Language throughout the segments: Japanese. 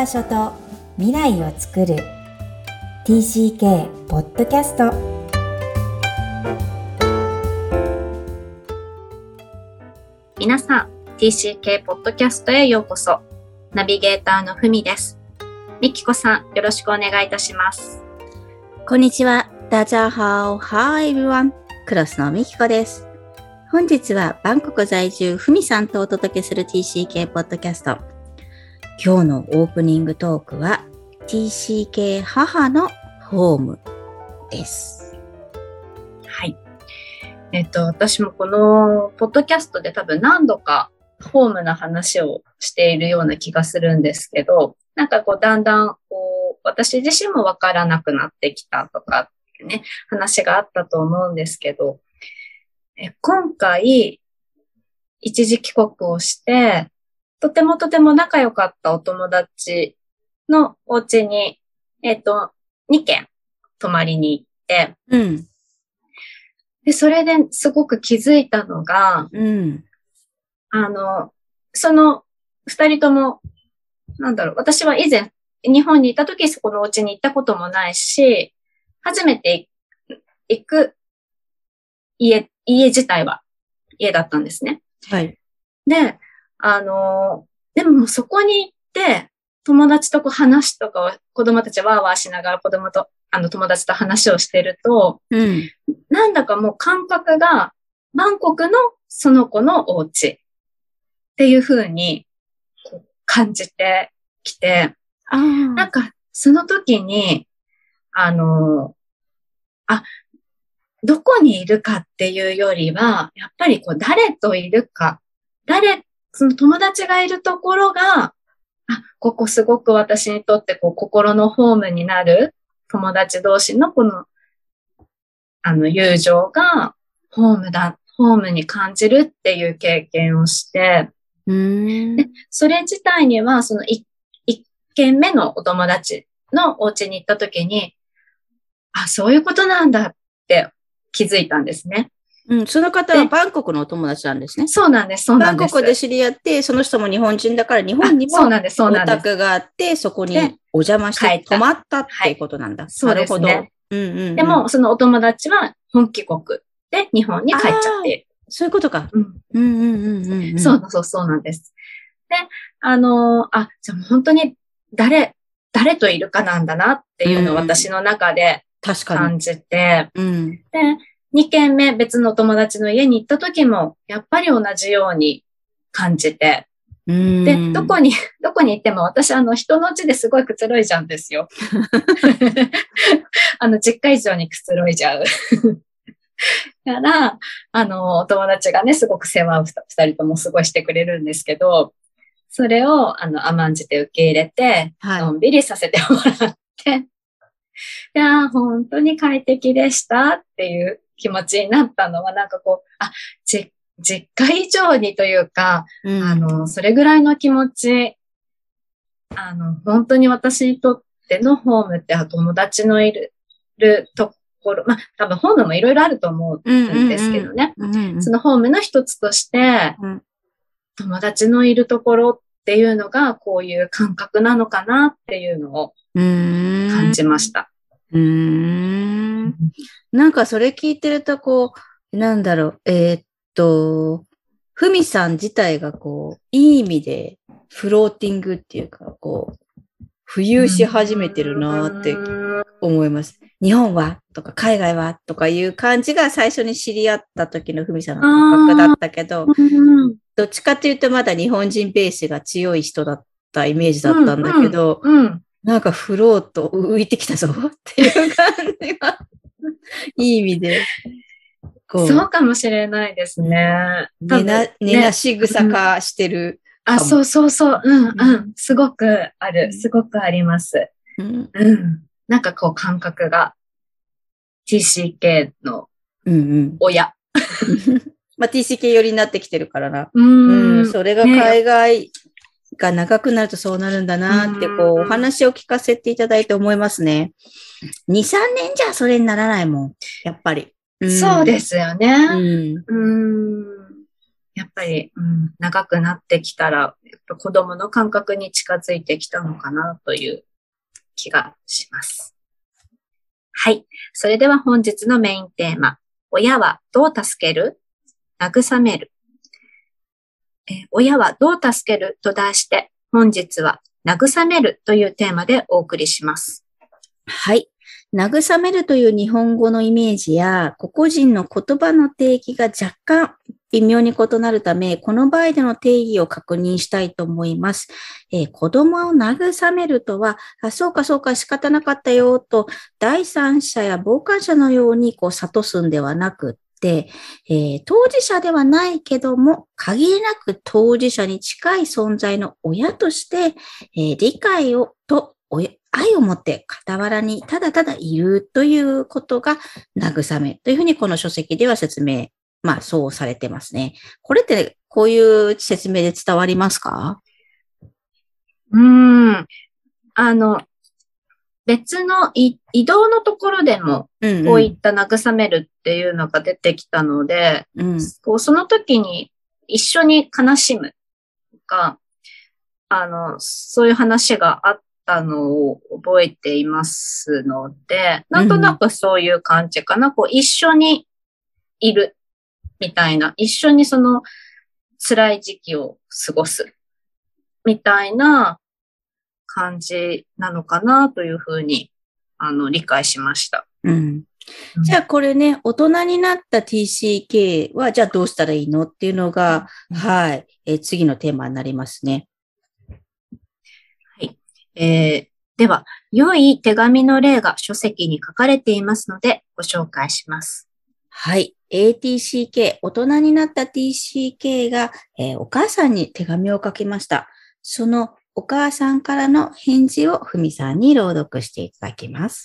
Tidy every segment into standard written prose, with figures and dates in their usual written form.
場所と未来をつくる TCK ポッドキャスト。 皆さん TCK ポッドキャストへようこそ。ナビゲーターのふみです。みきこさん、よろしくお願いいたします。 こんにちは。大家好。Hi everyone。クロスのみきこです。本日はバンコク在住ふみさんとお届けする TCK ポッドキャスト。今日のオープニングトークは TCK 母のホームです。 はい。私もこのポッドキャストで多分何度かホームの話をしているような気がするんですけど、なんかこうだんだんこう私自身もわからなくなってきたとかってね、話があったと思うんですけど、今回一時帰国をして、とても仲良かったお友達のお家に、2軒泊まりに行って、で、それですごく気づいたのが、その2人とも、私は以前日本にいた時そこのお家に行ったこともないし、初めて行く家自体は家だったんですね。 はい。 で、でもそこに行って、友達と話とかを、子供たちワーワーしながら友達と話をしてると、なんだかもう感覚が、バンコクのその子のお家っていう風に感じてきて、なんかその時に、どこにいるかっていうよりは、やっぱり誰といるか、その友達がいるところが、ここすごく私にとって心のホームになる友達同士の友情がホームに感じるっていう経験をして、でそれ自体にはその一軒目のお友達のお家に行った時に、そういうことなんだって気づいたんですね。 その方はバンコクのお友達なんですね。 そうなんです。 バンコクで知り合って、その人も日本人だから日本にもお宅があって、そこにお邪魔して泊まったっていうことなんだ。 そうですね。 なるほど。 でも、そのお友達は本帰国で日本に帰っちゃっている。 そういうことか。 そうなんです。で、じゃあもう本当に誰といるかなんだなっていうのを私の中で感じて、で、2軒目別の友達の家に行った時も、やっぱり同じように感じて。で、どこに行っても私人の家ですごいくつろいじゃうんですよ。実家以上にくつろいじゃう。だから、お友達がね、すごく世話を2人ともすごいしてくれるんですけど、それを甘んじて受け入れて、のんびりさせてもらって、いやー、本当に快適でしたっていう気持ちになったのは、なんか実家以上にというか、それぐらいの気持ち、本当に私にとってのホームって友達のいるところ、多分ホームもいろいろあると思うんですけどね。そのホームの一つとして、友達のいるところっていうのがこういう感覚なのかなっていうのを感じました。 なんかそれ聞いてるとふみさん自体がいい意味でフローティングっていうか浮遊し始めてるなって思います。日本はとか海外はとかいう感じが最初に知り合った時のふみさんの感覚だったけど、どっちかっていうとまだ日本人ベースが強い人だったイメージだったんだけど、なんかフロート浮いてきたぞっていう感じがいい意味でそうかもしれないですね。 寝なし草化してるかも。 そう。すごくある。すごくあります。なんか感覚が TCK の親。 TCK 寄りになってきてるからな。それが海外が長くなるとそうなるんだなってお話を聞かせていただいて思いますね。2、3年じゃそれにならないもん。やっぱり。 そうですよね。 やっぱり、長くなってきたら、やっぱ子供の感覚に近づいてきたのかなという気がします。はい。それでは本日のメインテーマ。親はどう助ける？慰める。親はどう助けると題して、本日は慰めるというテーマでお送りします。 はい。慰めるという日本語のイメージや、個々人の言葉の定義が若干微妙に異なるため、この場合での定義を確認したいと思います。子供を慰めるとは、そうかそうか仕方なかったよと、第三者や傍観者のように諭すんではなくて、当事者ではないけども、限りなく当事者に近い存在の親として、理解をと愛を持って傍らにただただいるということが慰めというふうにこの書籍では説明、そうされてますね。これってこういう説明で伝わりますか？ 別の移動のところでも、こういった慰めるっていうのが出てきたので、その時に一緒に悲しむとか、そういう話があったのを覚えていますので、なんとなくそういう感じかな。一緒にいるみたいな、一緒にその辛い時期を過ごすみたいな感じなのかなというふうに理解しました。 じゃあこれね、大人になった TCK はじゃあどうしたらいいのっていうのが、はい、次のテーマになりますね。 はい。では、良い手紙の例が書籍に書かれていますのでご紹介します。 はい。ATCK、大人になった TCK が、お母さんに手紙を書きました。そのお母さんからの返事をふみさんに朗読していただきます。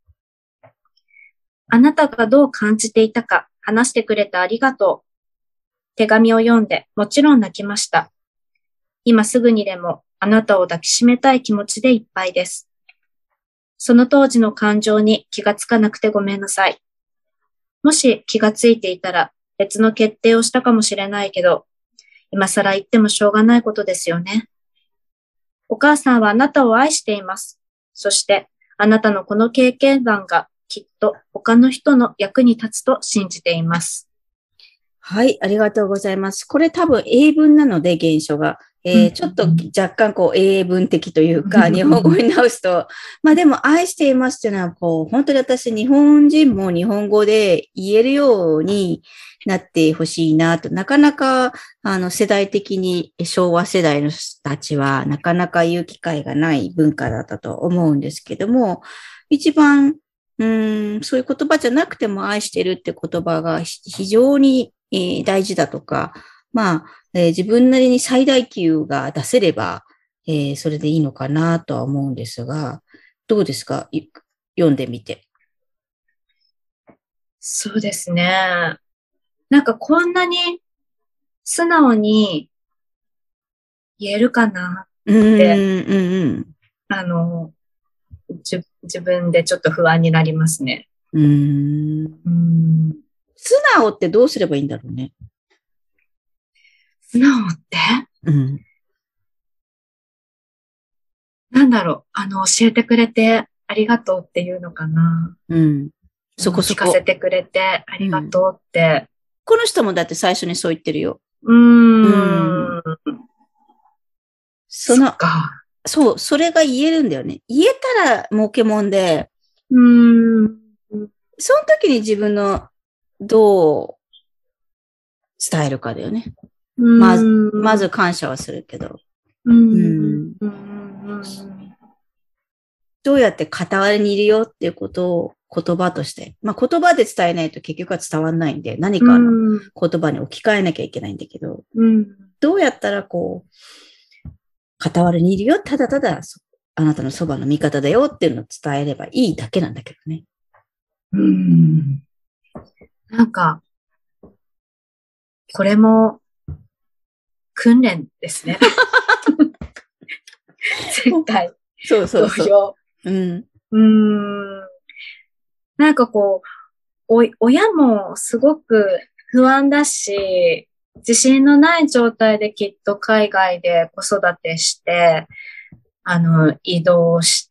あなたがどう感じていたか話してくれてありがとう。手紙を読んでもちろん泣きました。今すぐにでもあなたを抱きしめたい気持ちでいっぱいです。その当時の感情に気がつかなくてごめんなさい。もし気がついていたら別の決定をしたかもしれないけど、今更言ってもしょうがないことですよね。お母さんはあなたを愛しています。そしてあなたのこの経験談がきっと他の人の役に立つと信じています。 はい、ありがとうございます。これ多分英文なので原書が。ちょっと若干英文的というか、日本語に直すと、でも愛していますというのは本当に私日本人も日本語で言えるようになってほしいなと、なかなか世代的に昭和世代の人たちはなかなか言う機会がない文化だったと思うんですけども、一番そういう言葉じゃなくても愛してるって言葉が非常に大事だとか、自分なりに最大級が出せれば、それでいいのかなとは思うんですが、どうですか？読んでみて。 そうですね。なんかこんなに素直に言えるかなって、自分でちょっと不安になりますね。 素直ってどうすればいいんだろうね。 素直って、なんだろう、教えてくれてありがとうっていうのかな。 そこそこ。 聞かせてくれてありがとうって。 この人もだって最初にそう言ってるよ。そう、それが言えるんだよね。言えたら儲けもんで、その時に自分のどう伝えるかだよね。まず感謝はするけど。どうやって傍らにいるよっていうことを言葉として。言葉で伝えないと結局は伝わんないんで、何かの言葉に置き換えなきゃいけないんだけど、どうやったら傍らにいるよ、ただただあなたのそばの味方だよっていうのを伝えればいいだけなんだけどね。 なんか、これも訓練ですね。前回。 そうそうそう。 なんか親もすごく不安だし、 自信のない状態できっと海外で子育てして、移動して、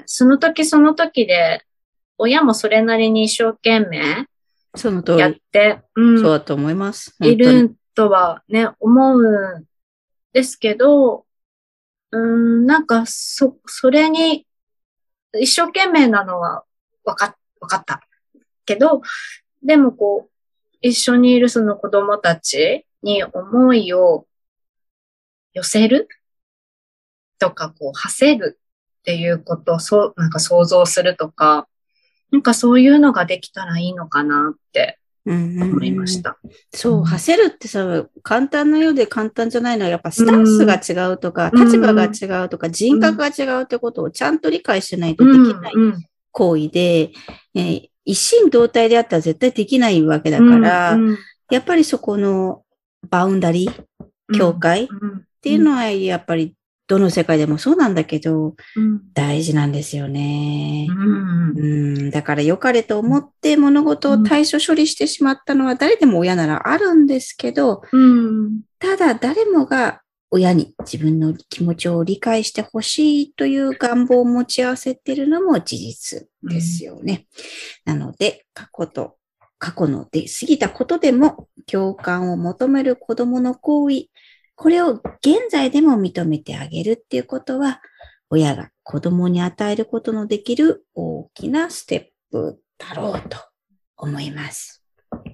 その時その時で、親もそれなりに一生懸命その通り。 やって、 そうだと思います。 いるとはね、思うんですけど、なんかそれに一生懸命なのはわかったけど、でもこう、一緒にいるその子供たちに思いを寄せるとか、こう、馳せるっていうことを、なんか想像するとか、なんかそういうのができたらいいのかなって思いました。 そう、馳せるってさ、簡単なようで簡単じゃないのは、やっぱスタンスが違うとか、立場が違うとか、人格が違うってことをちゃんと理解しないとできない行為で、一心同体であったら絶対できないわけだから、やっぱりそこのバウンダリー、境界っていうのはやっぱりどの世界でもそうなんだけど、大事なんですよね。だから良かれと思って物事を対処処理してしまったのは誰でも親ならあるんですけど、ただ誰もが親に自分の気持ちを理解してほしいという願望を持ち合わせているのも事実ですよね。なので、過去の出過ぎたことでも共感を求める子供の行為、これを現在でも認めてあげるっていうことは、親が子供に与えることのできる大きなステップだろうと思います。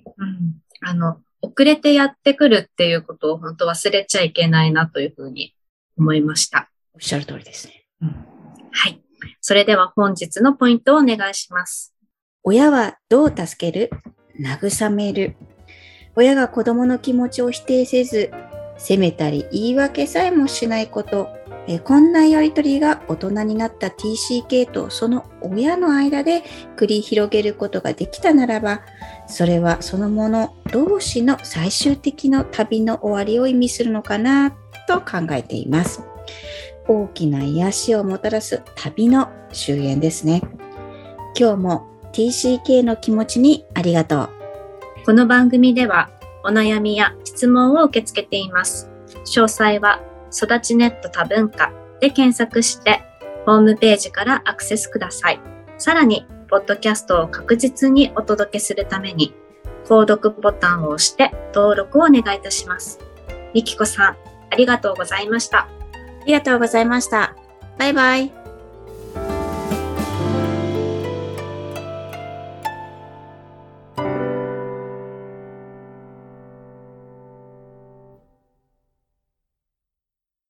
遅れてやってくるっていうことを本当忘れちゃいけないなというふうに思いました。 おっしゃる通りですね。 はい。それでは本日のポイントをお願いします。 親はどう助ける？慰める。親が子供の気持ちを否定せず、責めたり言い訳さえもしないこと、こんなやりとりが大人になった TCK とその親の間で繰り広げることができたならば、それはそのもの同士の最終的な旅の終わりを意味するのかなと考えています。大きな癒しをもたらす旅の終焉ですね。今日も TCK の気持ちにありがとう。 この番組ではお悩みや質問を受け付けています。詳細は育ちネット多文化で検索してホームページからアクセスください。さらに、ポッドキャストを確実にお届けするために、購読ボタンを押して登録をお願いいたします。みきこさん、ありがとうございました。 ありがとうございました。バイバイ。